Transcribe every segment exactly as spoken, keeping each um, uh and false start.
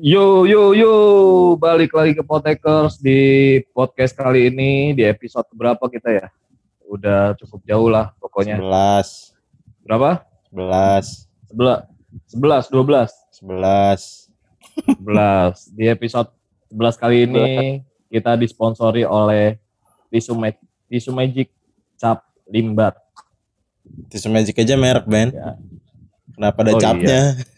Yo yo yo, balik lagi ke Potekers di podcast kali ini di episode berapa kita ya? Udah cukup jauh lah pokoknya. sebelas Berapa? sebelas Sebelas, sebelas, dua belas, sebelas sebelas. Di episode sebelas kali ini kita disponsori oleh Tisu Magic, Tisu Magic Cap Limbat. Tisu Magic aja merek, Ben. Ya. Kenapa ada Oh, capnya? Iya.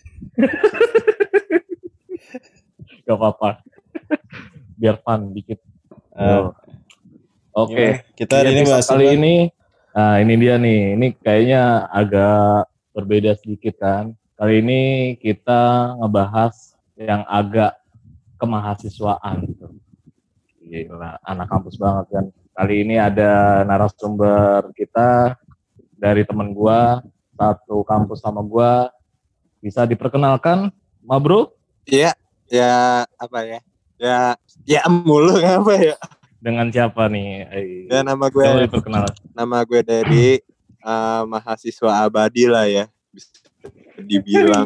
Gak apa-apa. Biar fun dikit. Uh, Oke, okay. Kita hari ini bahas kali apa? ini. Nah, ini dia nih. Ini kayaknya agak berbeda sedikit kan. Kali ini kita ngebahas yang agak kemahasiswaan gitu. Gila, anak kampus banget kan. Kali ini ada narasumber kita dari temen gua, satu kampus sama gua. Bisa diperkenalkan, Ma Bro? Iya. Ya apa ya ya ya mulu apa ya dengan siapa nih? Ya nama gue nama gue dari uh, mahasiswa abadi lah ya bisa dibilang.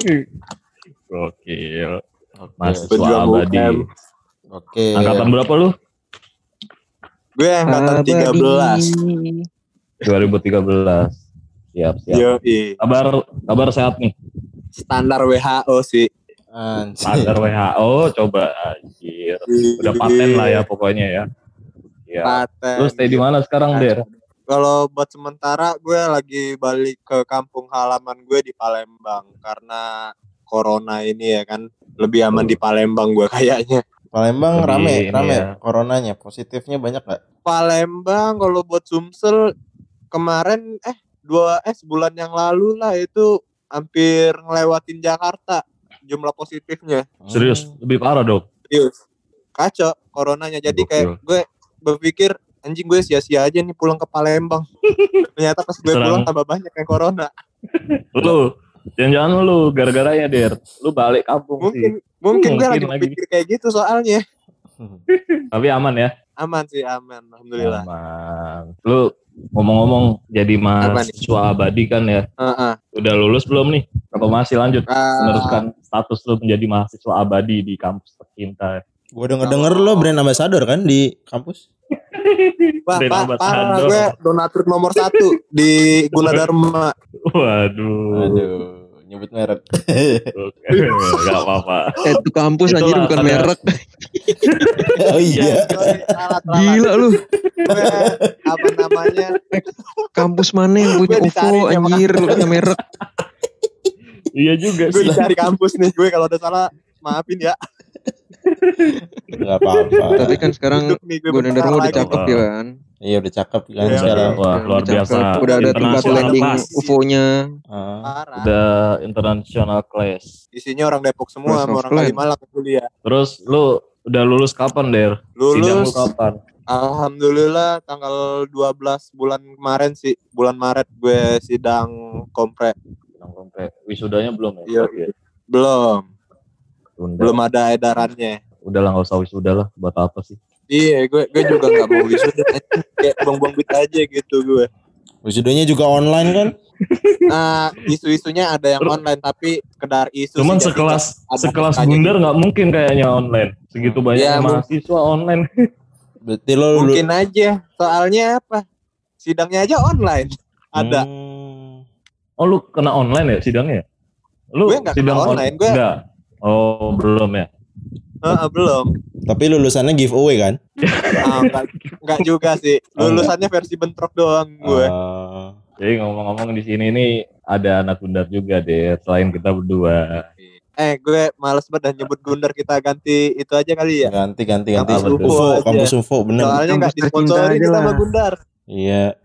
Gokil, mahasiswa abadi. Oke. Angkatan berapa lu? Gue angkatan tiga belas. dua ribu tiga belas. Siap siap. Yoi. Kabar kabar sehat nih. Standar W H O sih. Standar W H O, coba anjir. Udah paten lah ya pokoknya ya. Ya. Paten. Lu stay di mana sekarang, Der? Kalau buat sementara gue lagi balik ke kampung halaman gue di Palembang karena corona ini ya kan. Lebih aman oh. di Palembang gue kayaknya. Palembang lebih rame, rame ya. Coronanya, positifnya banyak gak? Palembang kalau buat Sumsel kemarin eh dua eh sebulan yang lalu lah itu hampir ngelewatin Jakarta. Jumlah positifnya. Serius, lebih parah dong. Serius. Kacau coronanya. Jadi Bukil. Kayak gue berpikir anjing gue sia-sia aja nih pulang ke Palembang. Ternyata pas gue Serang. pulang tambah banyak yang corona. Lu, jangan-jangan lu gara-garanya Der. Lu balik kampung mungkin, sih. Mungkin, mungkin gue lagi lagi berpikir kayak gitu soalnya. Tapi aman ya? Aman sih, aman. Alhamdulillah. Aman. Lu ngomong-ngomong jadi mahasiswa abadi kan ya? Uh-uh. Udah lulus belum nih? Atau masih lanjut uh, meneruskan status lu menjadi mahasiswa abadi di kampus tercinta? Gue denger-denger lo brand ambassador kan di kampus? Wah, pak, parah gue donatur nomor satu di Gunadarma. Waduh. Aduh, nyebut merek. Gak apa-apa. Eh, itu kampus anjir bukan ada... merek. Oh iya. Gila lu. Gue, apa namanya? Kampus mana yang punya U F O anjir lu kata merek. Iya juga sih. Gue cari kampus nih. Gue kalau ada salah maafin ya. Gak apa-apa. Tapi kan sekarang Gunadarma udah cakep ya kan. Iya udah cakep kan ya, sekarang. Wah luar biasa. Udah ada tempat landing U F O-nya. Ah. Udah international class. Isinya orang Depok semua, sama orang Kalimalang kuliah. Terus lu udah lulus kapan Der? Lulus. Sidang lu kapan? Alhamdulillah tanggal dua belas bulan kemarin sih. Bulan Maret gue sidang kompre. Sidang kompre. Wisudanya belum ya? Iya. Belum. Tunda. Belum ada edarannya. Udah lah gak usah wisuda lah. Buat apa sih? Iya gue gue juga gak mau wisuda. Kayak buang-buang duit aja gitu gue. Wisudanya juga online kan? Nah isu-isunya ada yang online. Tapi sekedar isu. Cuman sekelas sekelas Bundar gak mungkin kayaknya online. Segitu banyak ya, mahasiswa m- online. Berarti lo mungkin lu... aja. Soalnya apa? Sidangnya aja online. Ada. Hmm. Oh lu kena online ya sidangnya? Lu gue gak sidang kena online. On- gue enggak. Oh belum ya? Uh, belum. Tapi lulusannya giveaway kan? Ah, enggak, enggak juga sih. Lulusannya versi bentrok doang gue. Uh, jadi ngomong-ngomong di sini nih ada anak Gundar juga deh selain kita berdua. Eh gue males banget dan nyebut Gundar, kita ganti itu aja kali ya. Ganti ganti ganti. Kampus U F O, kampus U F O bener. Soalnya enggak disponsori kita sama Gundar. Iya.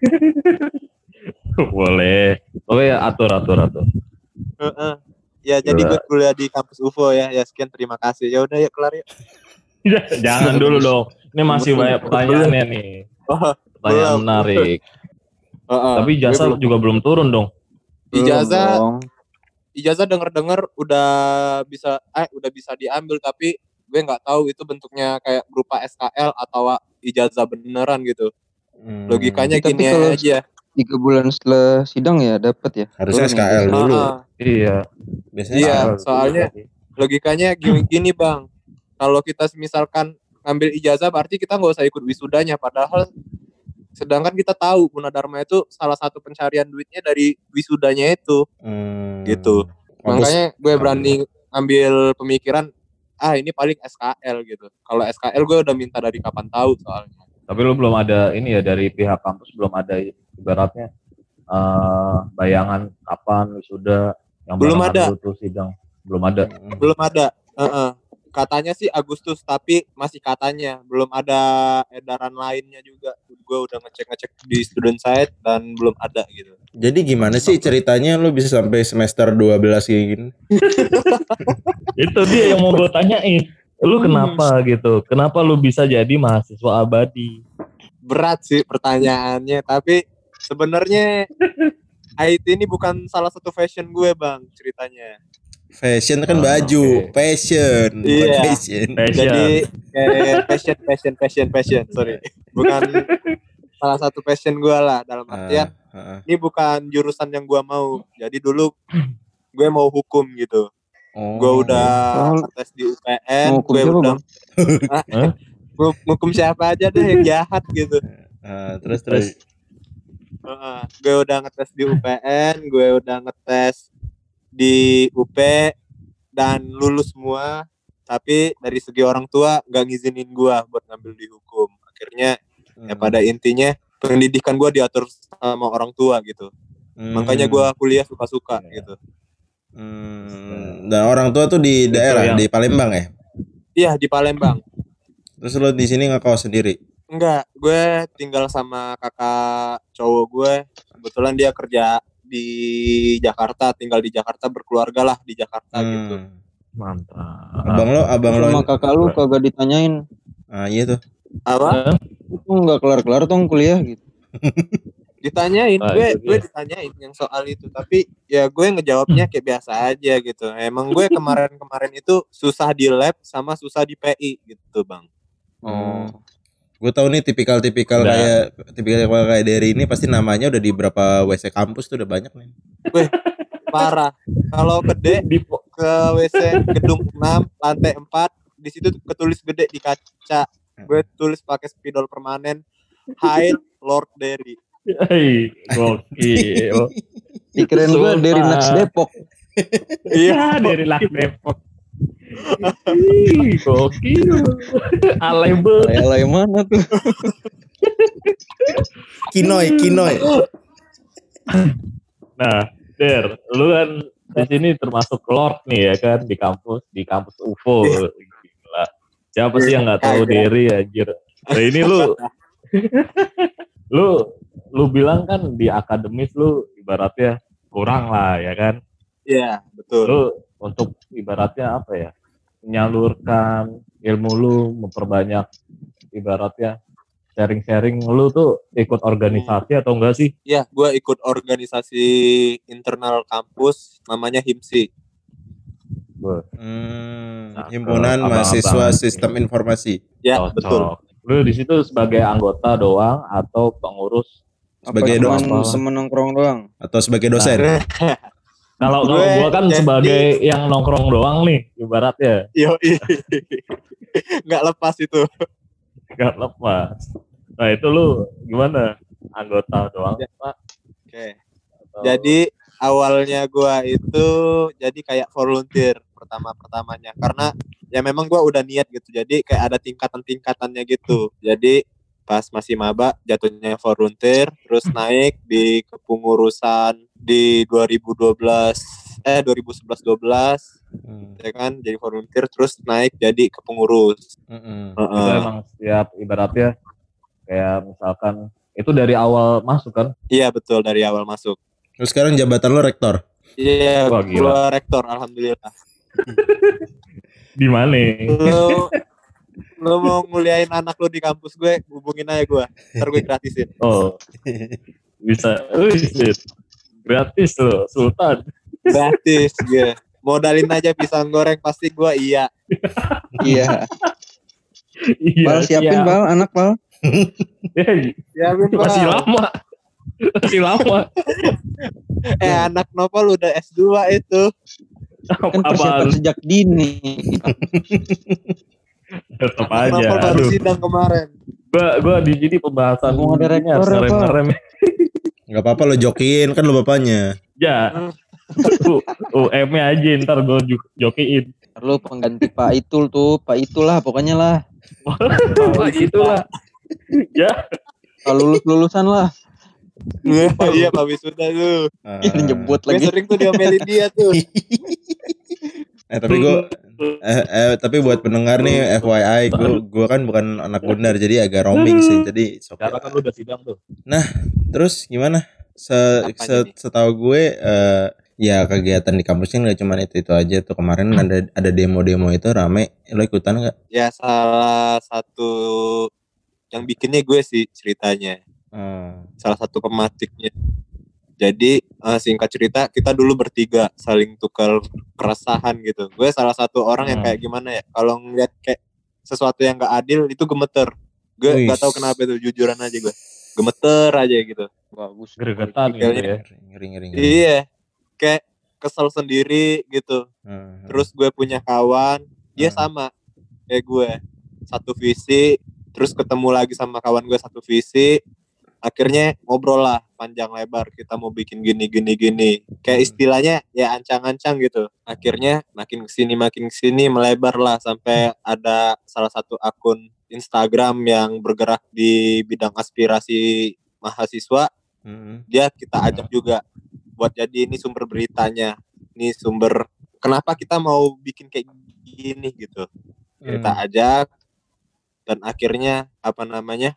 Boleh. Oke atur atur atur. Heeh. Uh-uh. Ya jadi gue kuliah di kampus U F O ya. Ya sekian terima kasih. Ya udah ya kelar ya. Jangan dulu dong. Ini masih banyak pertanyaannya nih. Oh, pertanyaan belum. menarik. Uh, uh, Tapi ijazah belum. juga belum turun dong. Ijazah Ijazah denger-denger udah bisa eh udah bisa diambil, tapi gue enggak tahu itu bentuknya kayak berupa S K L atau ijazah beneran gitu. Hmm. Logikanya tapi gini aja. Tiga bulan setelah sidang ya dapat ya. Harusnya S K L dulu. Uh-huh. Iya. Biasanya iya, soalnya logikanya gini, gini bang, kalau kita misalkan ngambil ijazah berarti kita nggak usah ikut wisudanya, padahal sedangkan kita tahu Gunadarma itu salah satu pencarian duitnya dari wisudanya itu, hmm. gitu. Makanya gue berani ambil pemikiran, ah ini paling S K L gitu. Kalau S K L gue udah minta dari kapan tahu soalnya. Tapi lu belum ada ini ya dari pihak kampus belum ada ibaratnya uh, bayangan kapan wisuda yang belum ada tuh sidang belum ada. Belum ada. Uh-uh. Katanya sih Agustus, tapi masih katanya, belum ada edaran lainnya juga. Gue udah ngecek-ngecek di student site dan belum ada gitu. Jadi gimana sih ceritanya lu bisa sampai semester dua belas kayak gini? Itu dia yang mau gue tanyain. Lu kenapa hmm. gitu? Kenapa lu bisa jadi mahasiswa abadi? Berat sih pertanyaannya, tapi sebenarnya I T ini bukan salah satu fashion gue bang, ceritanya. Fashion kan oh, baju, okay. Passion, iya. Fashion. Jadi kayak passion, passion, passion, passion. Sorry, bukan salah satu passion gue lah. Dalam artian uh, uh. ini bukan jurusan yang gue mau. Jadi dulu gue mau hukum gitu. Oh. Gue udah oh. tes di U P N, gue udah ah, hukum siapa aja deh yang jahat gitu. Uh, terus terus. Uh, gue udah ngetes di U P N, gue udah ngetes di U P dan lulus semua, tapi dari segi orang tua nggak ngizinin gue buat ngambil di hukum. Akhirnya hmm. ya pada intinya pendidikan gue diatur sama orang tua gitu. Hmm. Makanya gue kuliah suka-suka ya. Gitu. Hmm. Dan orang tua tuh di daerah yang... di Palembang ya? Iya di Palembang. Terus lo di sini ngekos sendiri? Enggak, gue tinggal sama kakak cowok gue. Kebetulan dia kerja di Jakarta, tinggal di Jakarta, berkeluarga lah di Jakarta hmm. gitu. Mantap. Abang lo, abang lo sama kakak lu kagak ditanyain. Ah iya tuh. Apa? Itu enggak kelar-kelar tuh kuliah gitu. Ditanyain, ah, gue gue ditanyain yang soal itu, tapi ya gue ngejawabnya kayak biasa aja gitu. Emang gue kemarin-kemarin itu susah di lab sama susah di P I gitu, Bang. Oh. Gue tahu nih tipikal-tipikal nah. kayak tipikal kayak dari ini pasti namanya udah di berapa W C kampus tuh udah banyak nih. Weh, parah. Kalau gede di ke W C gedung enam lantai empat, di situ ketulis gede di kaca. Gue tulis pakai spidol permanen, Hail Lord Derry. Hei, gokil. Dikirain gue dari Naks Depok. Iya, dari Naks Depok. Gokil. Alay banget. Alay mana tuh? Kinoy, Kinoy. Nah, Der, lu kan di sini termasuk Lord nih ya kan di kampus, di kampus U F O. Gila. Siapa sih yang enggak tahu Derry anjir. Nah, ini lu lu lu bilang kan di akademis lu ibaratnya kurang lah ya kan? Iya, betul. Lu untuk ibaratnya apa ya? Menyalurkan ilmu lu, memperbanyak ibaratnya sharing-sharing lu tuh ikut organisasi atau enggak sih? Iya, gue ikut organisasi internal kampus namanya HIMSI. Hmm, nah, Himpunan Mahasiswa Sistem Informasi. Ya, oh, betul. Lu di situ sebagai anggota doang atau pengurus? Sebagai dosen, semenongkrong doang atau sebagai dosen? Nah. Kalau gue, gue kan jadi, sebagai yang nongkrong doang nih, ibaratnya. Yo, nggak lepas itu. Nggak lepas. Nah itu lu gimana? Anggota doang, ya. Pak? Oke. Okay. Atau... Jadi awalnya gue itu jadi kayak volunteer pertama-pertamanya. Karena ya memang gue udah niat gitu. Jadi kayak ada tingkatan-tingkatannya gitu. Jadi pas masih maba jatuhnya volunteer, terus naik di kepengurusan di dua ribu dua belas eh dua ribu sebelas dua belas hmm. ya kan jadi volunteer terus naik jadi kepengurus. Mm-hmm. Uh-uh. Itu emang setiap ibaratnya kayak misalkan itu dari awal masuk kan? Iya betul dari awal masuk. Terus sekarang jabatan lo rektor? Iya, yeah, gue rektor alhamdulillah. Di mana? Lo lo mau nguliahin anak lo di kampus gue, hubungin aja gue, ntar gue gratisin. Oh, bisa, Uish, gratis lo, Sultan. Gratis, gue. Modalin aja pisang goreng pasti gue iya. Iya. Pal siapin iya. Pal, anak Pal. Siapin Pal. Masih lama, masih lama. eh anak Nopal udah S dua itu. Kan persiapan sejak dini. Tetap aja. Kenapa baru Aduh. sidang kemarin? Gua gua di sini pembahasan Ngomong ada ini harus rektor, ngerem-ngerem. Enggak apa-apa lo jokiin kan lo bapaknya. Ya. U M-nya aja ntar gue jokiin. Lu pengganti Pak Itul tuh, Pak Itul lah pokoknya lah. Wah itulah. Ya. Kalau lulus-lulusan lah. Iya Pak Wisuda tuh. Uh, Yang nyebut Gue lagi. sering tuh diomelin dia tuh. eh tapi gue eh, eh tapi buat pendengar nih F Y I gue gue kan bukan anak Gundar jadi agak roaming sih jadi Sekarang kan lu udah sidang tuh. Nah terus gimana se, se setahu gue uh, ya kegiatan di kampusnya nggak cuma itu itu aja tuh kemarin ada ada demo-demo itu rame lo ikutan nggak? Ya salah satu yang bikinnya gue sih ceritanya. Hmm. Salah satu pematiknya. Jadi uh, singkat cerita kita dulu bertiga saling tukar keresahan gitu. Gue salah satu orang yang kayak gimana ya, kalau ngeliat kayak sesuatu yang gak adil itu gemeter. Gue gak tahu kenapa itu, jujuran aja gue. Gemeter aja gitu. Bagus. Gregetan gitu ya. Ngeri, ngeri, ngeri. Iya, kayak kesel sendiri gitu. Hmm. Terus gue punya kawan, dia Hmm. sama kayak gue, satu visi. Terus ketemu lagi sama kawan gue satu visi. Akhirnya ngobrol lah panjang lebar, kita mau bikin gini gini gini, kayak istilahnya ya ancang-ancang gitu. Akhirnya makin kesini makin kesini melebar lah sampai ada salah satu akun Instagram yang bergerak di bidang aspirasi mahasiswa. Hmm. Dia kita ajak juga buat jadi ini sumber beritanya, ini sumber kenapa kita mau bikin kayak gini gitu. Kita ajak dan akhirnya apa namanya?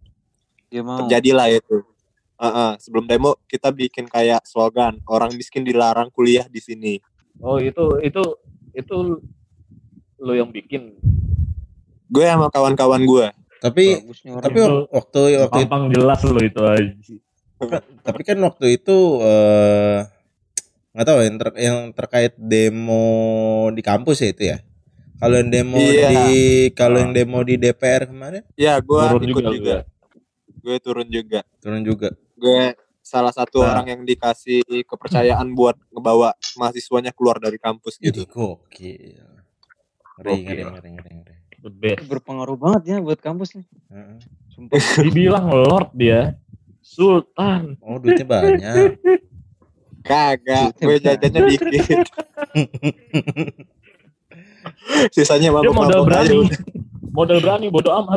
Terjadilah itu. Uh-uh. Sebelum demo kita bikin kayak slogan orang miskin dilarang kuliah di sini. Oh itu itu itu lo yang bikin? Gue sama kawan-kawan gue. Tapi Bagusnya tapi itu waktu waktu itu, gampang jelas lo itu aja. tapi kan waktu itu nggak uh, tahu yang, ter, yang terkait demo di kampus ya itu ya. Kalau yang demo iya. di kalau yang demo di D P R kemarin? Ya gue ikut juga. juga. Gue turun juga. Turun juga. Gue salah satu nah. orang yang dikasih kepercayaan buat ngebawa mahasiswanya keluar dari kampus gitu. Jadi gokil. Ngeri, ngeri, ngeri, ngeri, ngeri. Berpengaruh banget ya buat kampus nih. Uh-huh. Sumpah. Dibilang lord dia, sultan. Oh duitnya banyak. Kagak, gue jajannya dikit. Sisanya Dia mabuk modal mabuk berani. aja. Modal berani, bodo amat.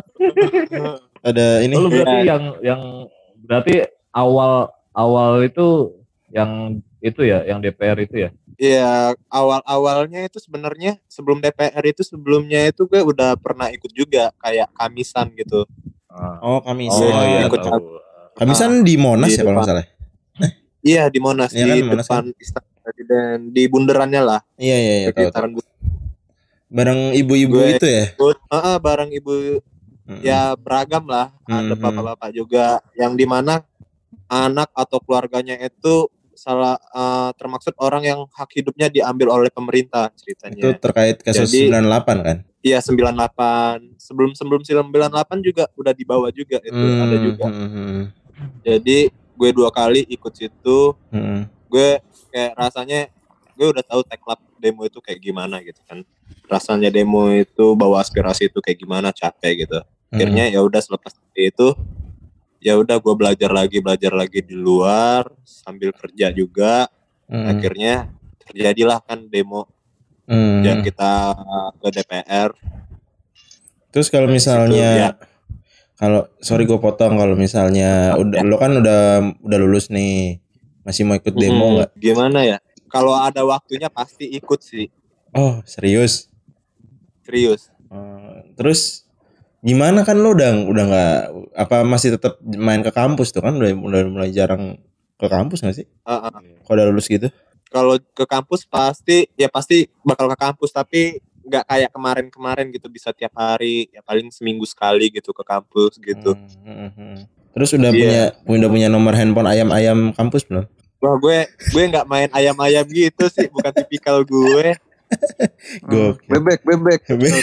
Ada ini. Lalu berarti ya. yang yang berarti awal awal itu yang itu ya, yang D P R itu ya? Iya, awal-awalnya itu sebenarnya sebelum D P R itu sebelumnya itu gue udah pernah ikut juga kayak kamisan gitu. Oh kamisan. Oh iya, ikut tahu. Kamisan di Monas di ya kalau nggak depan. salah. Iya di Monas, Iya di kan, Monas depan Istana Presiden, di bundarannya lah. Iya iya iya tahu. Sekitaran tahu. Bareng ibu-ibu Gue- itu ya. Heeh, bareng ibu Mm-mm. ya beragam lah. Ada Mhm. bapak-bapak juga yang dimana anak atau keluarganya itu salah eh, termaksud orang yang hak hidupnya diambil oleh pemerintah Itu ceritanya. terkait kasus Jadi- sembilan puluh delapan kan? Iya sembilan puluh delapan. Sebelum sebelum sembilan puluh delapan juga udah dibawa juga itu ada Hmm, juga. hmm, hmm, Jadi gue dua kali ikut situ. hmm. Gue kayak rasanya gue udah tahu teknik demo itu kayak gimana gitu kan. Rasanya demo itu bawa aspirasi itu kayak gimana, capek gitu. Akhirnya ya udah selepas itu ya udah gue belajar lagi belajar lagi di luar sambil kerja juga. Hmm, Akhirnya terjadilah kan demo hmm. yang kita ke D P R. Terus kalau misalnya Situ, ya. kalau sorry gue potong kalau misalnya udah lo kan udah udah lulus nih masih mau ikut demo Hmm, nggak? gimana ya? Kalau ada waktunya pasti ikut sih, Oh serius? serius. Eh, terus gimana kan lo udah udah nggak apa masih tetap main ke kampus tuh kan udah udah mulai jarang ke kampus nggak sih? Uh, uh. Kalau udah lulus gitu? Kalau ke kampus pasti ya pasti bakal ke kampus tapi nggak kayak kemarin-kemarin gitu bisa tiap hari ya paling seminggu sekali gitu ke kampus gitu. Hmm, hmm, hmm. Terus udah Iya. punya udah punya nomor handphone ayam-ayam kampus belum? Wah gue gue nggak main ayam-ayam gitu sih, bukan tipikal gue. Gokil. Bebek, bebek.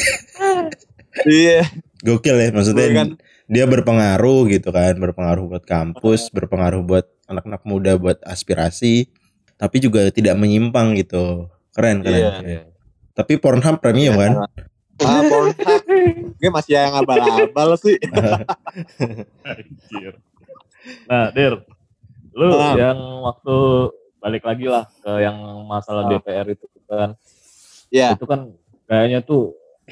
Iya. Gokil ya maksudnya Gue kan dia berpengaruh gitu kan, berpengaruh buat kampus, berpengaruh buat anak-anak muda buat aspirasi, tapi juga tidak menyimpang gitu. Keren keren. Iya. Iya. Tapi Pornhub premium kan? Ah, Pornhub. Gue masih yang abal-abal sih. Anjir. Nah, Dir, lu Ah. yang waktu balik lagi lah ke yang masalah Ah. D P R itu kan, Iya, itu kan kayaknya tuh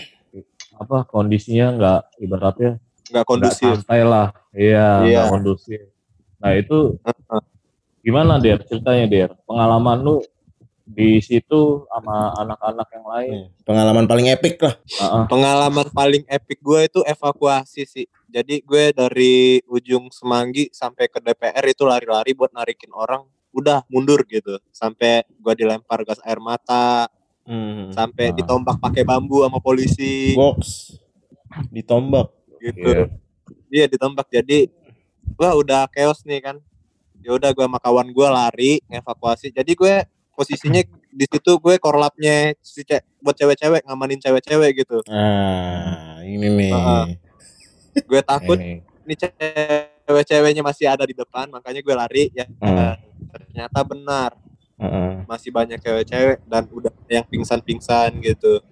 apa kondisinya nggak ibaratnya nggak nggak kondusif. santai lah, iya Iya. nggak kondusif. Nah itu Heeh. gimana Der ceritanya Der? Pengalaman lu di situ sama anak-anak yang lain? Pengalaman paling epic lah. Uh-uh. Pengalaman paling epic gue itu evakuasi sih. Jadi gue dari ujung Semanggi sampai ke D P R itu lari-lari buat narikin orang. Udah mundur gitu. Sampai gue dilempar gas air mata. Hmm. Sampai Ah. ditombak pakai bambu sama polisi. Box ditombak Gitu. Iya. Iya ditombak. Jadi wah udah chaos nih kan. Ya udah gue sama kawan gue lari ngevakuasi. Jadi gue posisinya di situ gue korlapnya si ce- buat cewek-cewek ngamanin cewek-cewek gitu. Ah, ini nih. Uh-uh. Gue takut Ini. ini cewek-ceweknya masih ada di depan, makanya gue lari ya. Hmm. Ternyata benar Uh-uh. masih banyak cewek-cewek dan udah ada yang pingsan-pingsan gitu.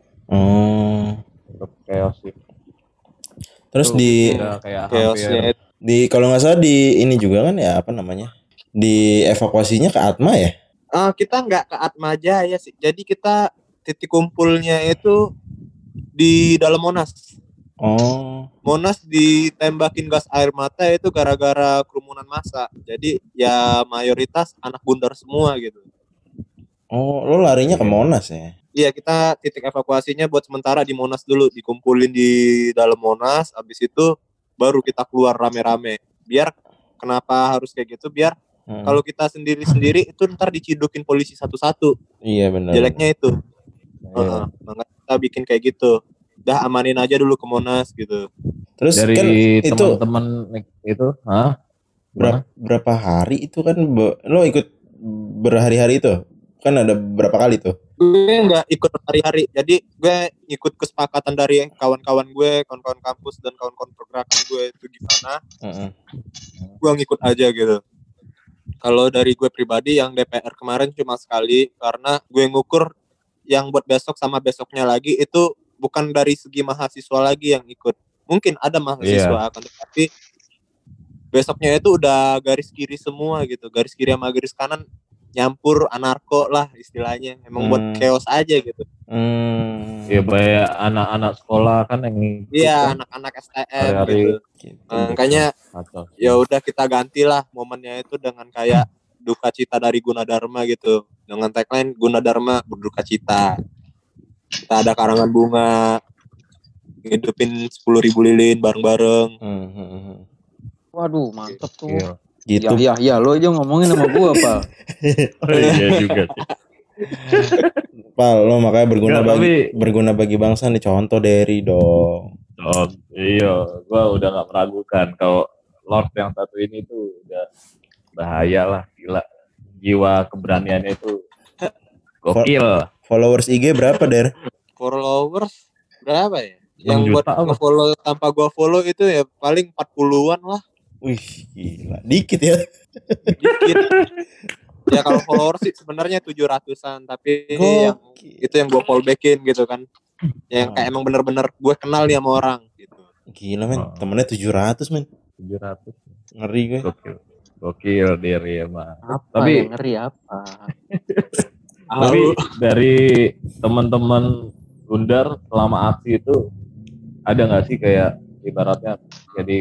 Oh. Tetap chaos sih. Terus Tuh, di udah kayak Chaosnya hampir di kalau nggak salah di ini juga kan ya apa namanya? Di evakuasinya ke Atma ya? Ah, kita nggak ke Atma Jaya sih. Jadi kita titik kumpulnya itu di dalam Monas. Oh. Monas ditembakin gas air mata itu gara-gara kerumunan massa. Jadi ya mayoritas anak bundar semua gitu. Oh, lo larinya ke Monas ya? Iya, kita titik evakuasinya buat sementara di Monas dulu, dikumpulin di dalam Monas, habis itu baru kita keluar rame-rame. Biar kenapa harus kayak gitu? Biar Hmm. kalau kita sendiri-sendiri itu ntar dicidukin polisi satu-satu. Iya benar. Jeleknya itu. iya. Heeh, makanya kita bikin kayak gitu. Udah amanin aja dulu ke Monas gitu. Terus Dari kan itu teman-teman itu, hah? berapa, berapa hari itu kan be- lo ikut berhari-hari itu? Kan ada berapa kali tuh? Gue nggak ikut hari-hari, jadi gue ikut kesepakatan dari kawan-kawan gue, kawan-kawan kampus dan kawan-kawan pergerakan gue itu gimana. Uh-uh. Gue ngikut aja gitu. Kalau dari gue pribadi yang D P R kemarin cuma sekali karena gue ngukur yang buat besok sama besoknya lagi itu bukan dari segi mahasiswa lagi yang ikut. Mungkin ada mahasiswa Iya. akan tetapi besoknya itu udah garis kiri semua gitu. Garis kiri sama garis kanan nyampur anarko lah istilahnya. Emang buat Hmm. chaos aja gitu. Hmm. Ya banyak anak-anak sekolah kan yang ikut Iya, kan. anak-anak S T M Hari-hari. gitu. Gitu. Nah, makanya Kacau. ya udah kita gantilah momennya itu dengan kayak duka cita dari Gunadarma gitu. Dengan tagline Gunadarma berduka cita. Kita ada karangan bunga, ngidupin sepuluh ribu lilin bareng-bareng. Hmm, hmm, hmm. Waduh, mantep tuh. Iya. Gitu. Ya, ya, ya, lo aja ngomongin sama gua, Pak. Oh, iya juga sih. Pal, lo makanya berguna Nggak, bagi tapi- berguna bagi bangsa nih, contoh dari dong. Oh, iya, gua udah nggak meragukan kalau Lord yang satu ini tuh udah bahaya lah, gila. Jiwa keberaniannya itu gokil. Followers I G berapa, Der? Followers berapa ya? enam Yang buat juta apa? nge-follow tanpa gua follow itu ya paling empat puluhan lah. Wih, gila. Dikit ya. Dikit. Ya kalau followers sih sebenarnya tujuh ratusan, tapi yang Gokil. itu yang gua fallbackin gitu kan. Yang kayak emang bener-bener gue kenal nih sama orang gitu. Gila, men. Oh. Temennya tujuh ratus, men. tujuh ratus. Ngeri gue. Gokil. Gokil diri emang. Apa Tapi- yang ngeri apa? Tapi dari teman-teman Gundar selama aksi itu ada nggak sih kayak ibaratnya jadi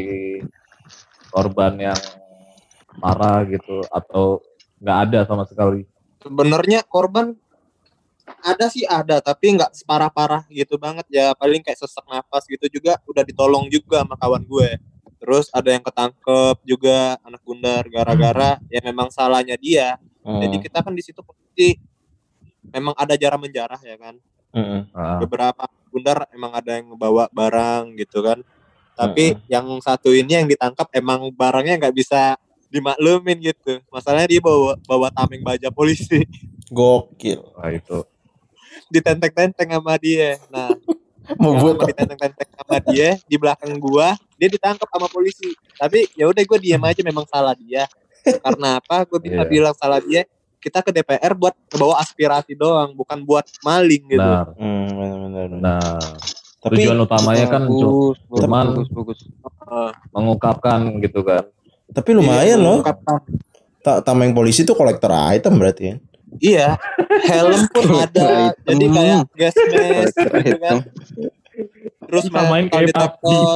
korban yang parah gitu atau nggak ada sama sekali? Sebenarnya korban ada sih ada, tapi nggak separah-parah gitu banget ya. Paling kayak sesak nafas gitu juga udah ditolong juga sama kawan gue. Terus ada yang ketangkep juga anak Gundar gara-gara ya memang salahnya dia. Hmm. Jadi kita kan di situ pasti memang ada jarah menjarah ya kan. Hmm. Ah, Beberapa Gundar emang ada yang ngebawa barang gitu kan. Tapi yang satu ini yang ditangkap emang barangnya nggak bisa dimaklumin gitu. Masalahnya dia bawa bawa tameng baja polisi. Gokil. wah itu. Ditenteng-tenteng sama dia. Nah, Mau yang buat sama ditenteng-tenteng sama dia di belakang gua, dia ditangkap sama polisi. Tapi ya udah gua diam aja, memang salah dia. Karena apa? Gua bisa Iya. bilang salah dia kita ke D P R buat ngebawa aspirasi doang, bukan buat maling gitu. Benar. Hmm, benar-benar. Nah, Tapi tujuan utamanya kan cu- bagus, bagus, cuman bagus, bagus. Uh, mengungkapkan gitu kan. tapi lumayan iya, loh. mengungkapkan. Ta- Tameng polisi tuh kolektor item berarti ya. Iya, helm pun ada, Kolektor jadi item. kayak gas mask Kolektor gitu kan. item. Terus Samain metal kayak detektor.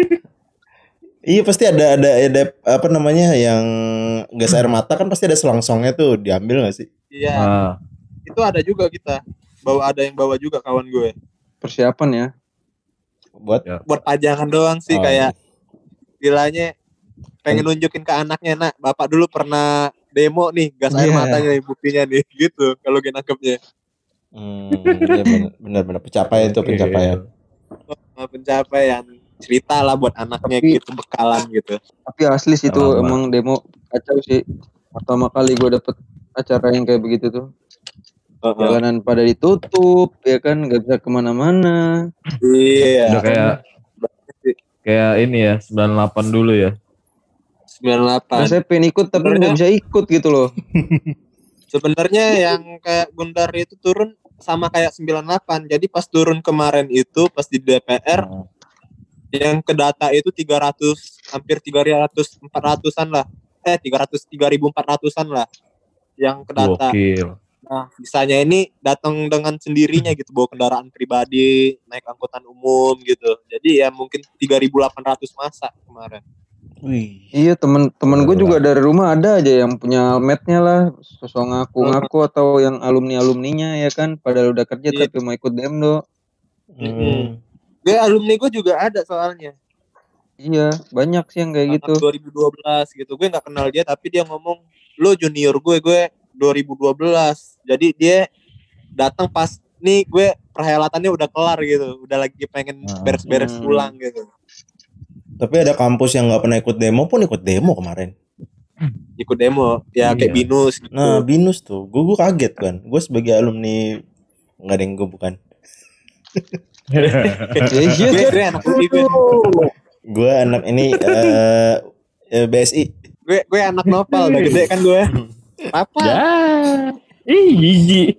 Iya pasti ada ada ada apa namanya yang gas air mata kan pasti ada selongsongnya tuh diambil nggak sih? Iya, Nah, itu ada juga kita. Bawa ada yang bawa juga kawan gue. Persiapan ya. Buat Ya. Buat pajangan doang sih Oh, kayak bilanya pengen nunjukin ke anaknya, nak, bapak dulu pernah demo nih gas air Iya. matanya nih buktinya nih gitu kalau gue nangkepnya. hmm, ya benar benar benar pencapaian itu oke. pencapaian. Nah, pencapaian cerita lah buat anaknya Tapi- gitu, bekalan gitu. Tapi asli sih itu Selamat. emang demo kacau sih. Pertama kali gue dapet acara yang kayak begitu tuh. Heeh. Jalanan pada ditutup, ya kan, nggak bisa kemana-mana. Iya. Udah kayak kayak ini ya sembilan puluh delapan dulu ya. sembilan puluh delapan. Nah, saya pengen ikut tapi nggak bisa ikut gitu loh. Sebenarnya yang kayak Gundar itu turun sama kayak sembilan puluh delapan. Jadi pas turun kemarin itu pas di D P R Hmm. yang ke data itu tiga ratus hampir tiga ratus empat ratusan lah. Eh tiga ratus tiga ribu empat ratusan lah yang ke data. Gokil. Nah, sisanya ini datang dengan sendirinya gitu, bawa kendaraan pribadi, naik angkutan umum gitu. Jadi ya mungkin tiga ribu delapan ratus masa kemarin. Wih. Iya, temen-temen gue juga dari rumah ada aja yang punya almetnya lah, sosok ngaku-ngaku atau yang alumni-alumninya ya kan, padahal udah kerja Iya. tapi mau ikut demdo. Hmm. Gue alumni gue juga ada soalnya. Iya, banyak sih yang kayak Anak gitu. dua ribu dua belas gitu. Gue nggak kenal dia tapi dia ngomong, "Lo junior gue, gue dua ribu dua belas." Jadi dia datang pas nih gue perhelatannya udah kelar gitu, udah lagi pengen Hmm. beres-beres Hmm. pulang gitu. Tapi ada kampus yang nggak pernah ikut demo pun ikut demo kemarin. Ikut demo, ya kayak Iya. binus gitu. Nah binus tuh, gue gue kaget kan. Gue sebagai alumni nggak ada yang gue bukan. Ya, iya, gue, Jar. gue anak U I gue. Gue anak ini eh eh, B S I. gue gue anak Nopal, udah gede kan gue. Apa? Ya. Ih, jijik.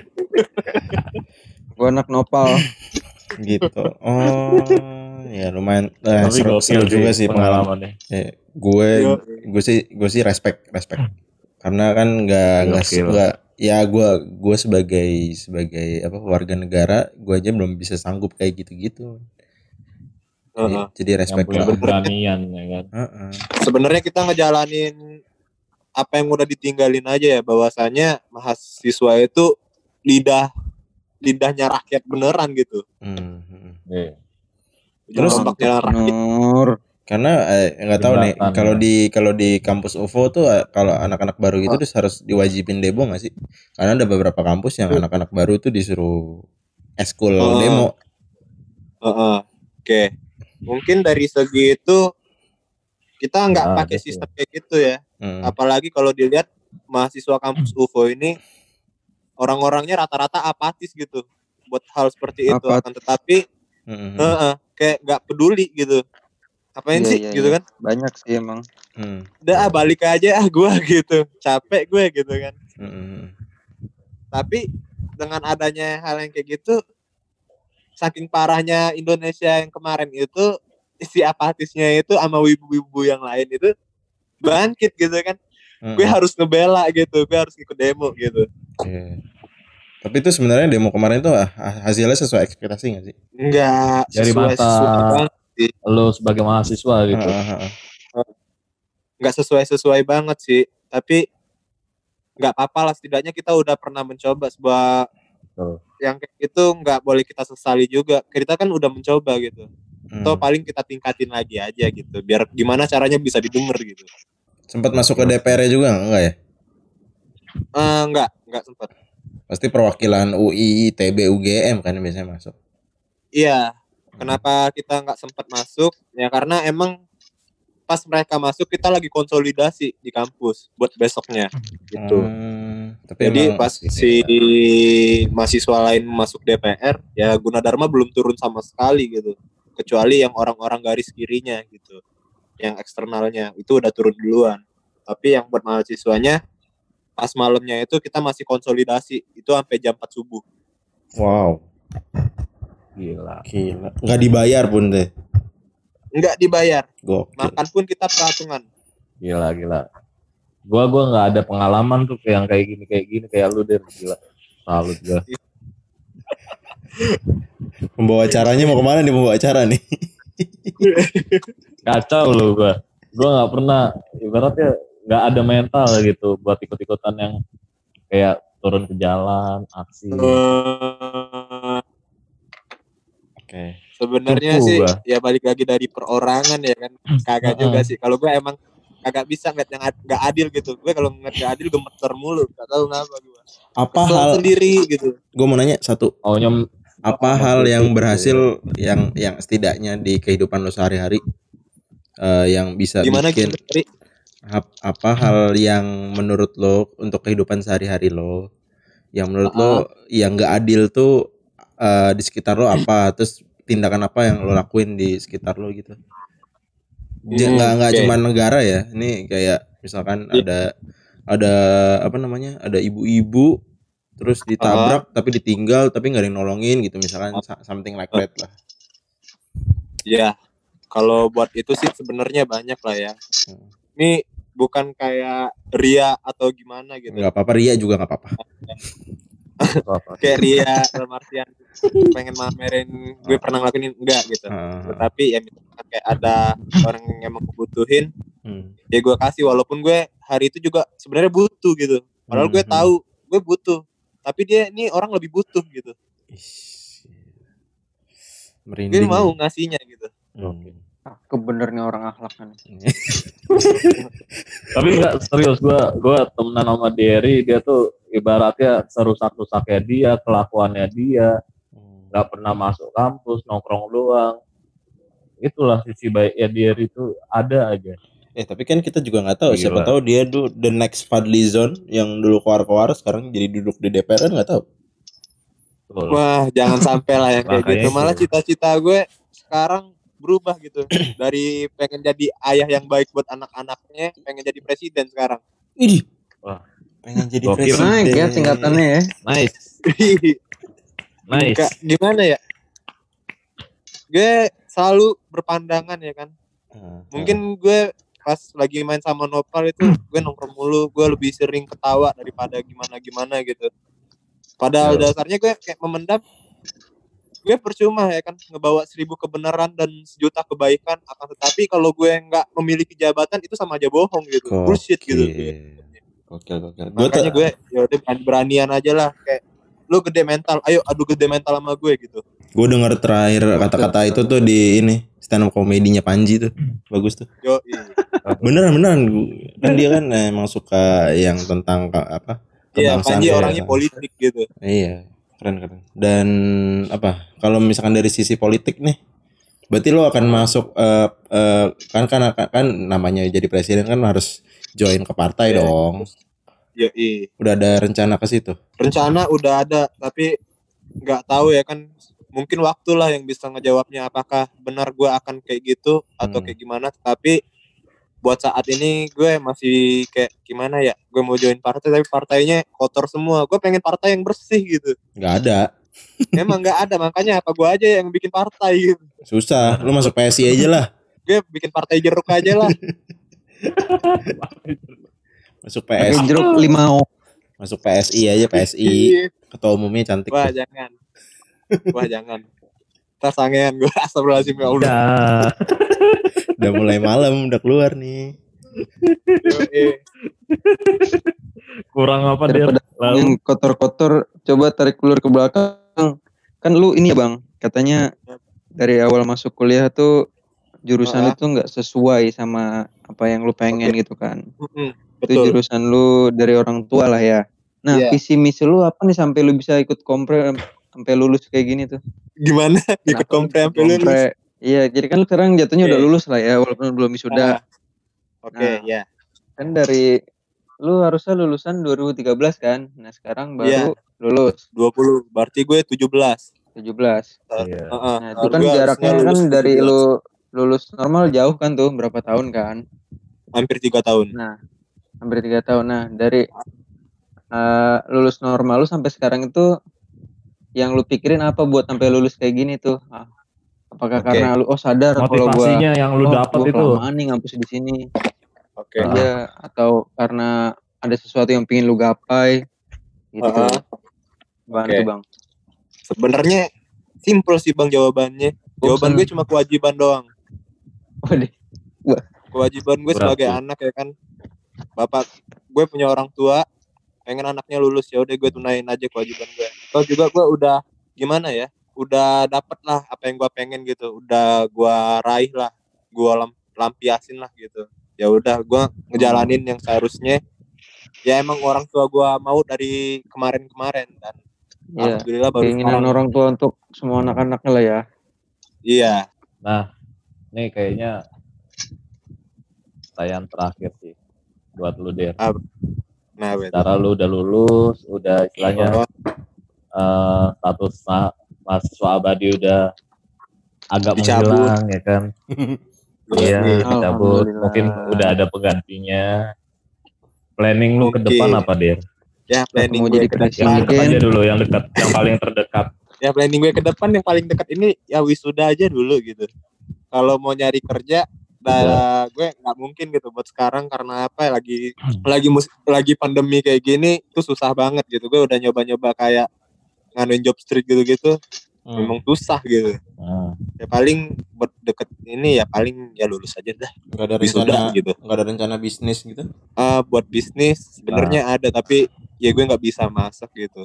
Gue anak nopal. Gitu. Oh ya lumayan eh, Tapi seru, gokil seru juga sih pengalaman. pengalamannya. Eh, gue Yo. gue sih gue sih respect respect karena kan nggak nggak Gokil. nggak ya gue gue sebagai sebagai apa warga negara gue aja belum bisa sanggup kayak gitu-gitu. Jadi, Heeh. jadi Yang respect punya lah. keberanian ya kan. Heeh. Sebenarnya kita ngejalanin apa yang udah ditinggalin aja ya, bahwasanya mahasiswa itu lidah lidahnya rakyat beneran gitu. Hmm, hmm. Iya. Terus- Tombak jalan rakyat. Nur. Karena eh, nggak tahu nih Jembatan, kalau ya. di kalau di kampus U F O tuh eh, kalau anak-anak baru gitu terus harus diwajibin demo nggak sih? Karena ada beberapa kampus yang anak-anak baru tuh disuruh eskul Oh. demo. Heeh. Oke. Mungkin dari segi itu kita nggak Nah, pakai ada sistem kayak gitu ya. Hmm. Apalagi kalau dilihat mahasiswa kampus U F O ini orang-orangnya rata-rata apatis gitu buat hal seperti itu. Apat- Akan tetapi Hmm, hmm, heeh, kayak nggak peduli gitu. Apain Iya, sih iya, gitu iya. kan? Banyak sih emang. hmm, Udah ah, balik aja ah gue gitu. Capek gue gitu kan. hmm, hmm. Tapi dengan adanya hal yang kayak gitu, saking parahnya Indonesia yang kemarin itu, si apatisnya itu sama wibu-wibu yang lain itu bangkit gitu kan. Hmm. Gue harus ngebela gitu, gue harus ikut demo gitu. Iya. Tapi itu sebenarnya demo kemarin tuh ah, ah, hasilnya sesuai ekspektasi nggak sih? Enggak Dari sesuai mata sesuai banget sih. lo sebagai mahasiswa gitu. Ah, ah, ah. Enggak sesuai sesuai banget sih. Tapi nggak apa-apa lah, setidaknya kita udah pernah mencoba sebuah Betul. yang kayak gitu, nggak boleh kita sesali juga. Kita kan udah mencoba gitu. Hmm. Atau paling kita tingkatin lagi aja gitu. Biar gimana caranya bisa didengar gitu. Sempat masuk ke D P R juga enggak ya? Eh, enggak, enggak sempat. Pasti perwakilan U I, I T B, U G M kan biasanya masuk. Iya. Kenapa kita nggak sempat masuk? Ya karena emang pas mereka masuk kita lagi konsolidasi di kampus buat besoknya gitu. Hmm, tapi Jadi emang pas asik si ya. mahasiswa lain masuk D P R, ya Gunadarma belum turun sama sekali gitu. Kecuali yang orang-orang garis kirinya gitu. Yang eksternalnya itu udah turun duluan. Tapi yang buat mahasiswanya pas malamnya itu kita masih konsolidasi itu sampai jam empat subuh. Wow. Gila. Gila. Nggak dibayar pun deh. Nggak dibayar. Gokil. Makan pun kita patungan. Gila, gila. Gua gua nggak ada pengalaman tuh kayak yang kayak gini kayak gini kayak lu deh, gila. Salut gua. Pembawa acaranya mau kemana nih pembawa acara nih? Kacau lu gua. Gua nggak pernah, ibaratnya nggak ada mental gitu buat ikut-ikutan yang kayak turun ke jalan, aksi. Uh, Oke. Okay. Sebenarnya Cukup sih gua. ya balik lagi dari perorangan ya kan. Kagak juga sih. Kalau gue emang kagak bisa ngeliat yang ad- gak adil gitu. Gue kalau ngeliat gak adil gemeter mulu. Gak tahu kenapa gue. Apa Kesel hal sendiri gitu. Gue mau nanya satu. Oh, nyem Apa hal yang berhasil yang yang setidaknya di kehidupan lo sehari-hari uh, yang bisa Gimana bikin gitu? ap, apa hal yang menurut lo untuk kehidupan sehari-hari lo yang menurut Uh-uh. lo yang gak adil tuh uh, di sekitar lo apa, terus tindakan apa yang lo lakuin di sekitar lo gitu. Nggak Hmm, nggak oke. cuma negara ya, ini kayak misalkan Iya. ada ada apa namanya, ada ibu-ibu terus ditabrak tapi ditinggal tapi nggak ada yang nolongin gitu, misalkan something like that lah. Ya, kalau buat itu sih sebenarnya banyak lah ya. Hmm. Ini bukan kayak ria atau gimana gitu. Nggak apa-apa, ria juga nggak apa-apa. Kayak ria dalam artian pengen mamerin gue pernah ngelakuin enggak gitu. Uh. Tetapi ya misalkan kayak ada orang yang emang kebutuhin, Hmm. ya gue kasih walaupun gue hari itu juga sebenarnya butuh gitu. Padahal gue Hmm. tahu gue butuh, tapi dia ini orang lebih butuh gitu. Merinding. Gue mau ngasihnya gitu. Hmm. Ah, kebenernya orang akhlak kan. Tapi enggak serius, gua gua temenan sama Derry, dia tuh ibaratnya serusak-rusaknya dia, kelakuannya dia, nggak pernah masuk kampus, nongkrong doang. Itulah sisi baiknya Derry itu ada aja. Eh tapi kan kita juga nggak tahu. Gila. Siapa tahu dia tuh the next Fadlizon yang dulu keluar-keluar sekarang jadi duduk di D P R kan nggak tahu. Betul. Wah, jangan sampai lah yang kayak Makanya gitu. Malah itu. cita-cita gue sekarang berubah gitu. Dari pengen jadi ayah yang baik buat anak-anaknya, pengen jadi presiden sekarang. Idih. Wah. Pengen jadi Gokil. presiden. Naik ya tingkatannya ya. Nice. Nice. Enggak, gimana ya? Gue selalu berpandangan ya kan. Hmm. Mungkin gue pas lagi main sama Nopal itu gue nongkrong mulu, gue lebih sering ketawa daripada gimana-gimana gitu. Padahal Yo. dasarnya gue kayak memendam, gue percuma ya kan ngebawa seribu kebenaran dan sejuta kebaikan, akan tetapi kalau gue nggak memiliki jabatan itu sama aja bohong gitu, Gokil. bullshit gitu. Gokil, gokil. Makanya gue ya udah beranian aja lah, kayak lu gede mental, ayo adu gede mental sama gue gitu. Gue denger terakhir kata-kata itu tuh di ini stand up komedinya Panji tuh, bagus tuh. Yo, iya. Beneran beneran kan dia kan emang suka yang tentang apa Iya, kebangsaan. Panji ya. orangnya politik gitu. Iya, keren keren. Dan apa? Kalau misalkan dari sisi politik nih, berarti lo akan masuk uh, uh, kan kan kan namanya jadi presiden kan harus join ke partai Iya. dong. Yo, iya. Udah ada rencana ke situ? Rencana udah ada, tapi nggak tahu ya kan. Mungkin waktulah yang bisa ngejawabnya apakah benar gue akan kayak gitu atau Hmm. kayak gimana. Tapi buat saat ini gue masih kayak gimana ya, gue mau join partai tapi partainya kotor semua. Gue pengen partai yang bersih gitu. Nggak ada. Emang nggak ada, makanya apa gue aja yang bikin partai gitu. Susah. Lo masuk P S I aja lah. Gue bikin partai jeruk aja lah. Masuk P S Pakai I. jeruk limau. Masuk P S I aja, P S I. Ketua umumnya cantik. Wah tuh. jangan. Wah jangan. Ntar sangean gue, astagfirullahaladzim ya Allah. Ya. Udah mulai malam, udah keluar nih. Yoi. Kurang apa dia? Daripada Lalu yang kotor-kotor, coba tarik ulur ke belakang. Kan lu ini ya bang, katanya dari awal masuk kuliah tuh jurusan Ah. lu tuh nggak sesuai sama apa yang lu pengen gitu kan. Mm-mm, Itu betul. jurusan lu dari orang tua lah ya. Nah Iya. visi misi lu apa nih sampai lu bisa ikut kompre sampai lulus kayak gini tuh? Gimana? Ikut Kenapa lu kompre ikut sampai lulus. kompre? Iya, jadi kan lu sekarang jatuhnya Oke. udah lulus lah ya, walaupun belum wisuda. Ah. Oke, Nah. ya. Kan dari lu harusnya lulusan dua ribu tiga belas kan. Nah, sekarang baru lulus dua puluh. Berarti gue tujuh belas. tujuh belas. Iya. Heeh. Nah, itu kan jaraknya kan dari lu lulus normal jauh kan tuh, berapa tahun kan? hampir tiga tahun. Nah, hampir tiga tahun. Nah, dari uh, lulus normal lu sampai sekarang itu yang lu pikirin apa buat sampai lulus kayak gini tuh? Ah, apakah Oke. karena lu oh sadar kalau gua Motivasinya yang lu oh, dapat gua itu. kelamaan nih ngampus di sini. Oke. Aja atau karena ada sesuatu yang pengen lu gapai gitu. Aha. Gimana Oke. tuh, Bang? Sebenarnya simple sih Bang jawabannya. Jawaban gue cuma kewajiban doang. Waduh. Kewajiban gue sebagai Berarti. anak ya kan. Bapak gue punya orang tua, pengen anaknya lulus, ya udah gue tunain aja kewajiban gue. Kalau juga gue udah gimana ya? Udah dapet lah apa yang gue pengen gitu. Udah gue raih lah. Gue lamp- lampiasin lah gitu. Ya udah gue ngejalanin yang seharusnya ya emang orang tua gue mau dari kemarin-kemarin dan ya, alhamdulillah baru keinginan sekarang. orang tua untuk semua anak-anaknya lah ya. Iya. Nah, ini kayaknya pertanyaan terakhir sih buat lu Der. Ah, nah, betul. Cara lu udah lulus, udah istilahnya uh, status ma- mahasiswa abadi udah agak Dicabut. menghilang ya kan. Iya, dicabut. Alhamdulillah. Mungkin udah ada penggantinya. Planning lu ke Mungkin. depan apa Der? Ya planning Mau gue jadi ke presiden. Yang depan. dekat aja dulu, yang dekat, yang paling terdekat. Ya planning gue ke depan yang paling dekat ini ya wisuda aja dulu gitu. Kalau mau nyari kerja, dah gue nggak mungkin gitu buat sekarang karena apa? Lagi lagi mus- lagi pandemi kayak gini, tuh susah banget gitu. Gue udah nyoba-nyoba kayak nganuin job street gitu-gitu, Hmm. memang susah gitu. Nah, Ya paling buat deket ini ya paling ya lulus aja dah. Gak ada Wisuda rencana gitu. Gak ada rencana bisnis gitu. Uh, buat bisnis sebenarnya ada tapi ya gue nggak bisa masak gitu.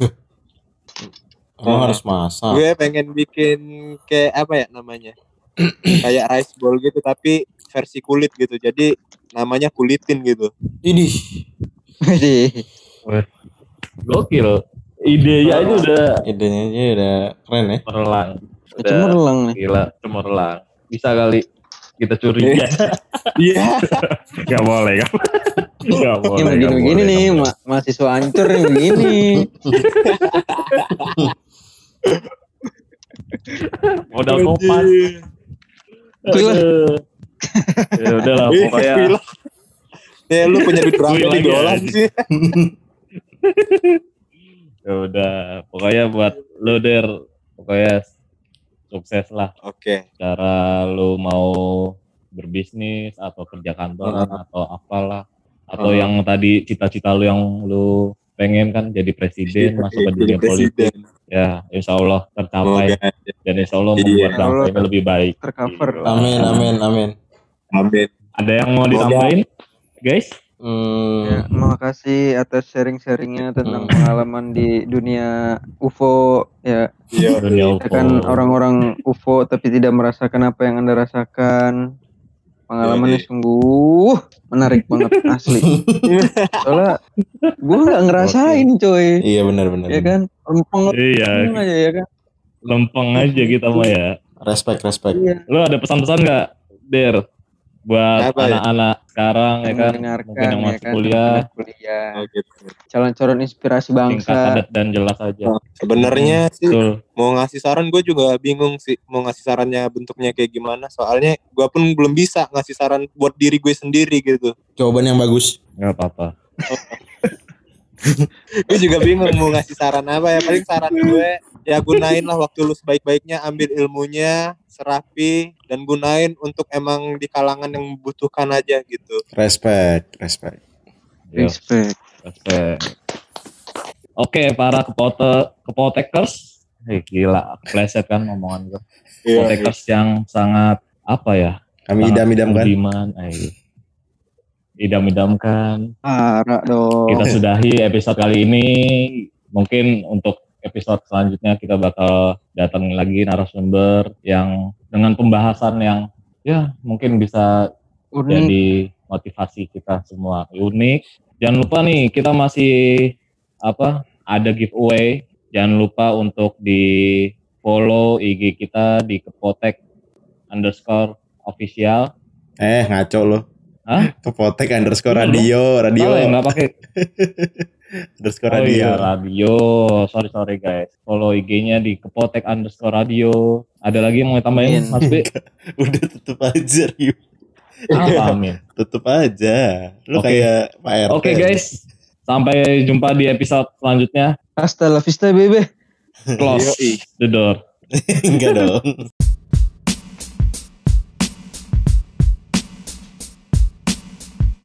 Emang Ah. harus masak. Gue pengen bikin kayak apa ya namanya? Kayak rice bowl gitu tapi versi kulit gitu. Jadi namanya kulitin gitu. Idih. Waduh. gokil. Idenya aja udah Idenya aja udah keren ya. cemerlang. Udah Cemerlang nih. gila, cemerlang. Bisa kali kita curi ya. Iya. Gak boleh kan? Gak Ini boleh. gak begini-begini boleh, nih, gak boleh. ma- mahasiswa hancur nih begini. Modal kopas. Gila. Aduh. Ya udahlah pokoknya. Gila. Ya lu punya duit berapa Wih, nih lagi dolar aja. sih? Ya udah, pokoknya buat lu Der, pokoknya sukses lah. Oke. Cara lu mau berbisnis atau kerja kantoran atau apalah, atau Uh-huh. yang tadi cita-cita lu yang lu pengen kan jadi presiden, masuk ke dunia Jadi politik. presiden. Ya, insya Allah tercapai Semoga. dan insya Allah Iya. membuat bangsa Allah ini lebih baik. tercover. Gila. Amin amin amin. Amin. Ada yang mau Semoga. ditambahin, guys? Hmm. Ya, makasih atas sharing-sharingnya tentang Hmm. pengalaman di dunia U F O ya. Iya. Dunia Kita kan U F O. orang-orang U F O tapi tidak merasakan apa yang Anda rasakan. Pengalamannya Iya, iya. sungguh menarik banget asli. Soalnya gue nggak ngerasain coy. Iya benar benar. Ya kan? Lempeng Iya, aja ya kan. lempeng aja kita mah ya. Respect respect. Iya. Lu ada pesan-pesan nggak, Der? Buat Apa ya? anak-anak sekarang ya Yang kan, mendengarkan mungkin yang ya masuk kan, kuliah, anak kuliah. Oh, gitu. Calon-calon inspirasi singkat, bangsa. padat dan jelas aja. Sebenarnya sih Betul. mau ngasih saran gue juga bingung sih mau ngasih sarannya bentuknya kayak gimana. Soalnya gue pun belum bisa ngasih saran buat diri gue sendiri gitu. Jawaban yang bagus. Nggak apa-apa. Gue juga bingung mau ngasih saran apa ya. Paling saran gue ya gunain lah waktu lu sebaik-baiknya, ambil ilmunya, serapi dan gunain untuk emang di kalangan yang membutuhkan aja gitu. Respect respect. Yo, Respect. respect. Oke, para kepote kepotekers, eh, gila, pleset kan omongan gue. Kepotekers yang sangat apa ya? Kami sangat idam-idamkan. budiman, eh, idam-idamkan. Parah dong. Kita sudahi episode kali ini. Mungkin untuk episode selanjutnya kita bakal datang lagi narasumber yang dengan pembahasan yang ya mungkin bisa Unik. jadi motivasi kita semua. Unik. Jangan lupa nih kita masih apa ada giveaway. Jangan lupa untuk di follow I G kita di kepotek underscore official. Eh ngaco lo. Hah? Kepotek underscore Iya, radio radio Oh, yang nggak pakai. underscore Oh radio. iya radio. Sorry sorry guys. Follow I G-nya di kepotek underscore radio. Ada lagi yang mau tambahin Mas B? Udah tutup aja Rio. Apa amin? Tutup aja. Lu Oke. kayak Pak R T. Oke guys. Sampai jumpa di episode selanjutnya. Hasta la vista, baby. Close Yoi. the door. Enggak dong.